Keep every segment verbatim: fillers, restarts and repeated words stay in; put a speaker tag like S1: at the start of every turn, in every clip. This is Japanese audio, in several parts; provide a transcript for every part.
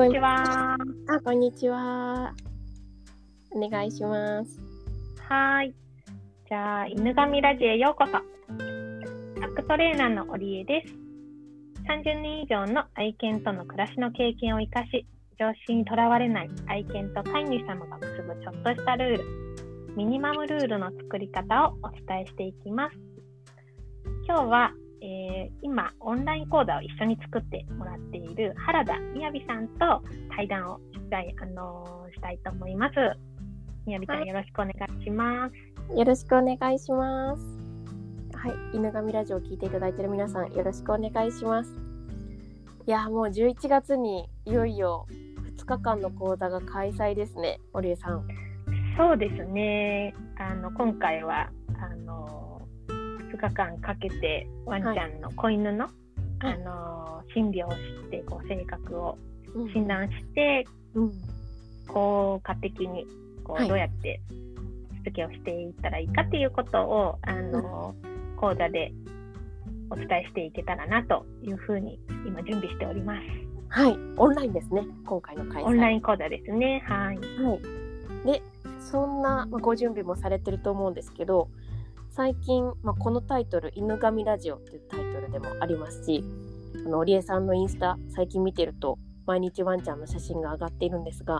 S1: にちは。
S2: あ、こんにちは。お願いします。
S1: はい。じゃあ、犬神ラジオへようこそ。ドッグトレーナーの織江です。さんじゅうねん以上の愛犬との暮らしの経験を生かし、常識にとらわれない愛犬と飼い主様が結ぶちょっとしたルール、ミニマムルールの作り方をお伝えしていきます。今日は、えー、今オンライン講座を一緒に作ってもらっている原田みやびさんと対談をしたい、あのー、したいと思います。みやびさん、よろしくお願いします。
S2: よろしくお願いします。はい、犬神ラジオを聞いていただいている皆さん、よろしくお願いします。いや、もうじゅういちがつにいよいよふつかかんの講座が開催ですね、織江さん。
S1: そうですね。あの今回はあのふつかかんかけてワンちゃんの、はい、子犬の、はい、あの診療をしてこう性格を診断して、うん、効果的にこう、はい、どうやってしつけをしていったらいいかっていうことをあの、うん、講座でお伝えしていけたらなというふうに今準備しております。
S2: はい、オンラインですね、今回の開催。
S1: オンライン講座ですね。はい。
S2: はい、で、そんな、まあ、ご準備もされてると思うんですけど、最近、まあ、このタイトル、犬神ラジオっていうタイトルでもありますし、あの織江さんのインスタ最近見てると毎日ワンちゃんの写真が上がっているんですが、はい、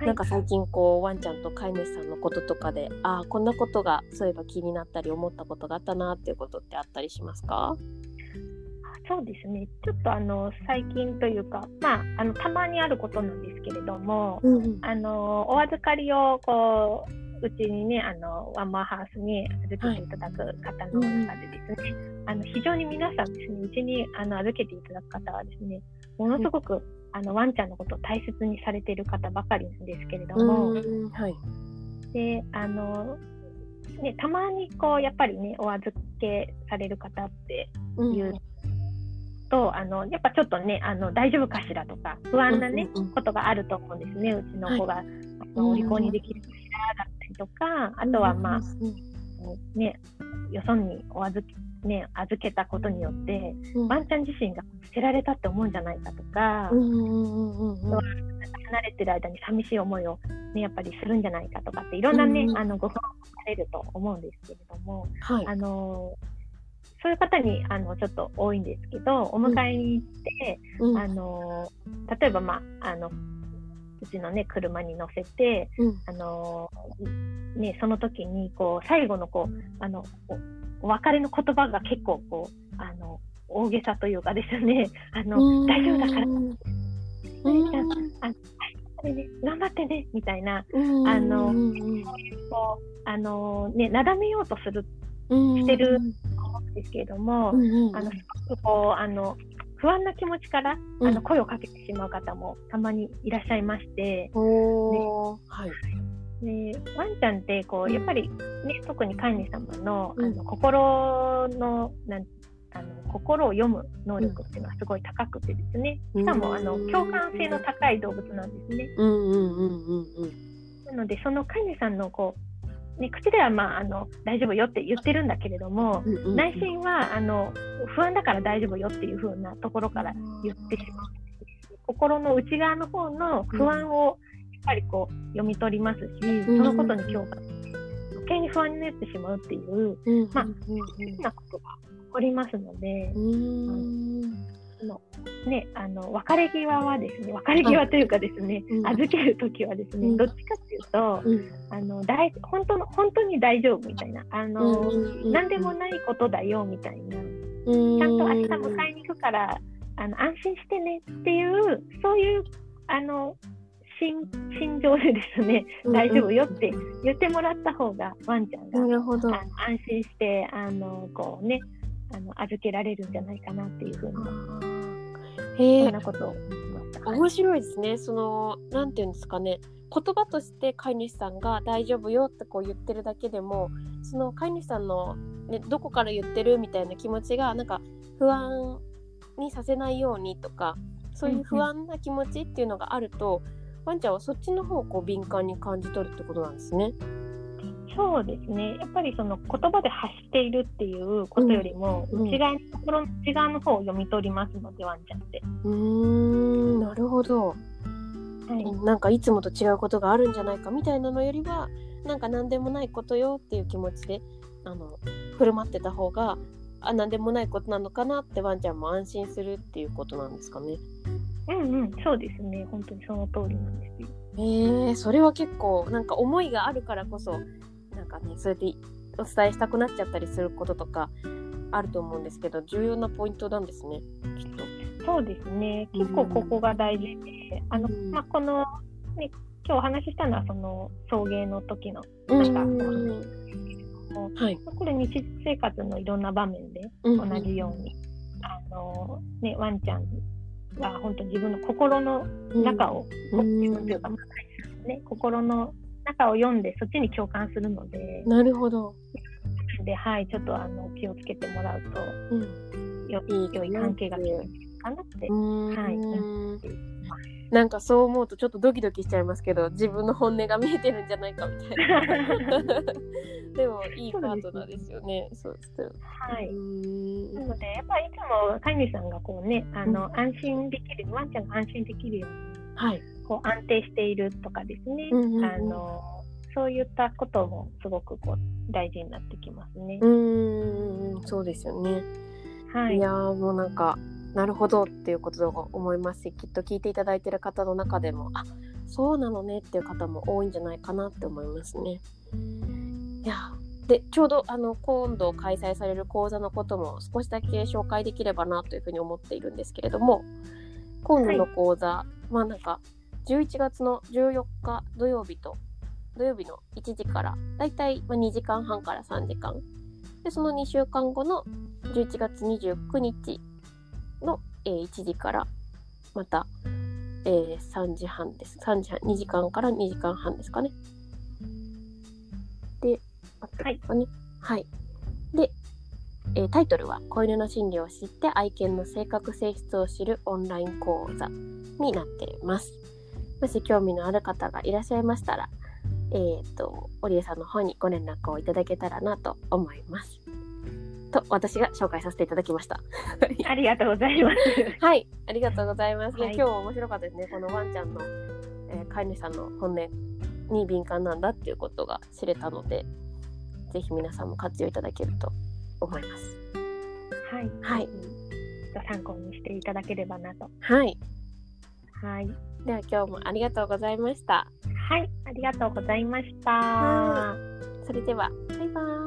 S2: なんか最近こうワンちゃんと飼い主さんのこととかで、ああこんなことがそういえば気になったり思ったことがあったなっていうことってあったりしますか？
S1: そうですね。ちょっとあの最近というか、まあ、あのたまにあることなんですけれども、うんうん、あのお預かりをこううちにね、あのワンマンハウスに預けていただく方の中でですね、はい、あの非常に皆さんですね、うちにあの預けていただく方はですね、ものすごく、うん、あのワンちゃんのことを大切にされている方ばかりなんですけれども、うん、はい、であのね、たまにこうやっぱりねお預けされる方っていう、うんとあのやっぱちょっとねあの大丈夫かしらとか不安なね、うんうん、ことがあると思うんですね。うちの子が、はい、あのお利口にできるかしらだったりとか、あとはまあ、うんね、よそにお預け、ね、預けたことによって、うん、ワンちゃん自身が捨てられたって思うんじゃないかとか、うんうんうんうん、離れてる間に寂しい思いを、ね、やっぱりするんじゃないかとかっていろんなね、うんうん、あのご不安されると思うんですけれども、はい、あのそういう方にあのちょっと多いんですけど、お迎えに行って、うん、あの例えば、まあ、あのうちの、ね、車に乗せて、うん、あのね、その時にこう最後のこうあの お, お別れの言葉が結構こうあの大げさというかですね、あの大丈夫だから、うんちゃんあね、頑張ってねみたいな、あのこうあの、ね、なだめようとするしてるんですけれども、うんうん、あのすごくこうあの不安な気持ちから、うん、あの声をかけてしまう方もたまにいらっしゃいまして、お、はい、でワンちゃんってこうやっぱり、ね、特に飼い主様 の,、うん、あの心のなんあの心を読む能力っていうのはすごい高くてですね、しかもあの共感性の高い動物なんですね。なのでその飼い主さんのこうね、口では、まあ、あの大丈夫よって言ってるんだけれども、うんうんうん、内心はあの不安だから大丈夫よっていう風なところから言ってしまう。心の内側の方の不安をやっぱりこう読み取りますし、うん、そのことに共感して余計に不安になってしまうっていう、うん、まあ、変なことが起こりますので、うんのね、あの別れ際はですね、別れ際というかですね、うん、預けるときはですね、うん、どっちかっていうと、うん、あの大本当の本当に大丈夫みたいな、あの、うん、何でもないことだよみたいな、うん、ちゃんと明日迎えに行くからあの安心してねっていうそういうあの心心情でですね、大丈夫よって言ってもらった方がワンちゃんがなるほど、あの安心してあのこうねあの預けられるんじゃないかなっていうふうな。
S2: へ、そんなことを思いました。面白いですね。そのなんていうんですかね、言葉として飼い主さんが大丈夫よってこう言ってるだけでも、その飼い主さんの、ね、どこから言ってるみたいな気持ちがなんか不安にさせないようにとか、そういう不安な気持ちっていうのがあると、うんうん、ワンちゃんはそっちの方をこう敏感に感じ取るってことなんですね。
S1: そうですね。やっぱりその言葉で発しているっていうことよりも、うん、内側の心の内側の方を読み取りますので、ワンちゃんって。
S2: うーん、なるほど。 はい、なんかいつもと違うことがあるんじゃないかみたいなのよりは、なんか何でもないことよっていう気持ちであの振る舞ってた方が、あ、何でもないことなのかなってワンちゃんも安心するっていうことなんですかね。
S1: うんうん、そうですね。本当にその通りなんですよ。
S2: えー、それは結構なんか思いがあるからこそなんかね、そうやってお伝えしたくなっちゃったりすることとかあると思うんですけど、重要なポイントなんですね、きっと。
S1: そうですね。結構ここが大事で、うん、あの、まあ、この、ね、今日お話ししたのはその送迎の時のなんか、うん、はい、これ日常生活のいろんな場面で同じように、うん、あのね、ワンちゃんが本当に自分の心の中を、うん、自分というか、ね、心の中を読んでそっちに共感するので。
S2: なるほど。
S1: で、はい、ちょっとあの気をつけてもらうと、うん、よい良い関係ができるかなって、はい、思っています。
S2: なんかそう思うとちょっとドキドキしちゃいますけど、自分の本音が見えてるんじゃないかみたいな。でもいいパートナーですよね。そうですよ。
S1: はい。なのでやっぱりいつも飼い主さんがこうね、あの、うん、安心できる、ワンちゃんが安心できるように、はい、こう安定しているとかですね。うんうんうん、あのそういったこともすごくこう大事になってきますね。
S2: うーん、そうですよね。はい。いやもうなんかなるほどっていうことを思いますし、きっと聞いていただいている方の中でも、あ、そうなのねっていう方も多いんじゃないかなって思いますね。いやでちょうどあの今度開催される講座のことも少しだけ紹介できればなというふうに思っているんですけれども、今度の講座、はい、まあなんかじゅういちがつのじゅうよっか土曜日と土曜日のいちじからだいたいにじかんはんからさんじかんで、そのにしゅうかんごのじゅういちがつにじゅうくにちの、えー、いちじからまた、えー、さんじはんです。さんじはん、にじかんからにじかんはんですかね。で、あったかね。はい。はい。で、えー、タイトルは子犬の心理を知って愛犬の性格性質を知るオンライン講座になっています。もし興味のある方がいらっしゃいましたら、えーと、織江さんの方にご連絡をいただけたらなと思います。と、私が紹介させていただきました。
S1: ありがとうございます。
S2: はい、ありがとうございます。はい、今日面白かったですね。このワンちゃんの、えー、飼い主さんの本音に敏感なんだっていうことが知れたので、ぜひ皆さんも活用いただけると思います。
S1: はい。はい。参考にしていただければなと。
S2: はい。
S1: はい。
S2: では今日もありがとうございました。
S1: はい、ありがとうございました。
S2: それではバイバーイ。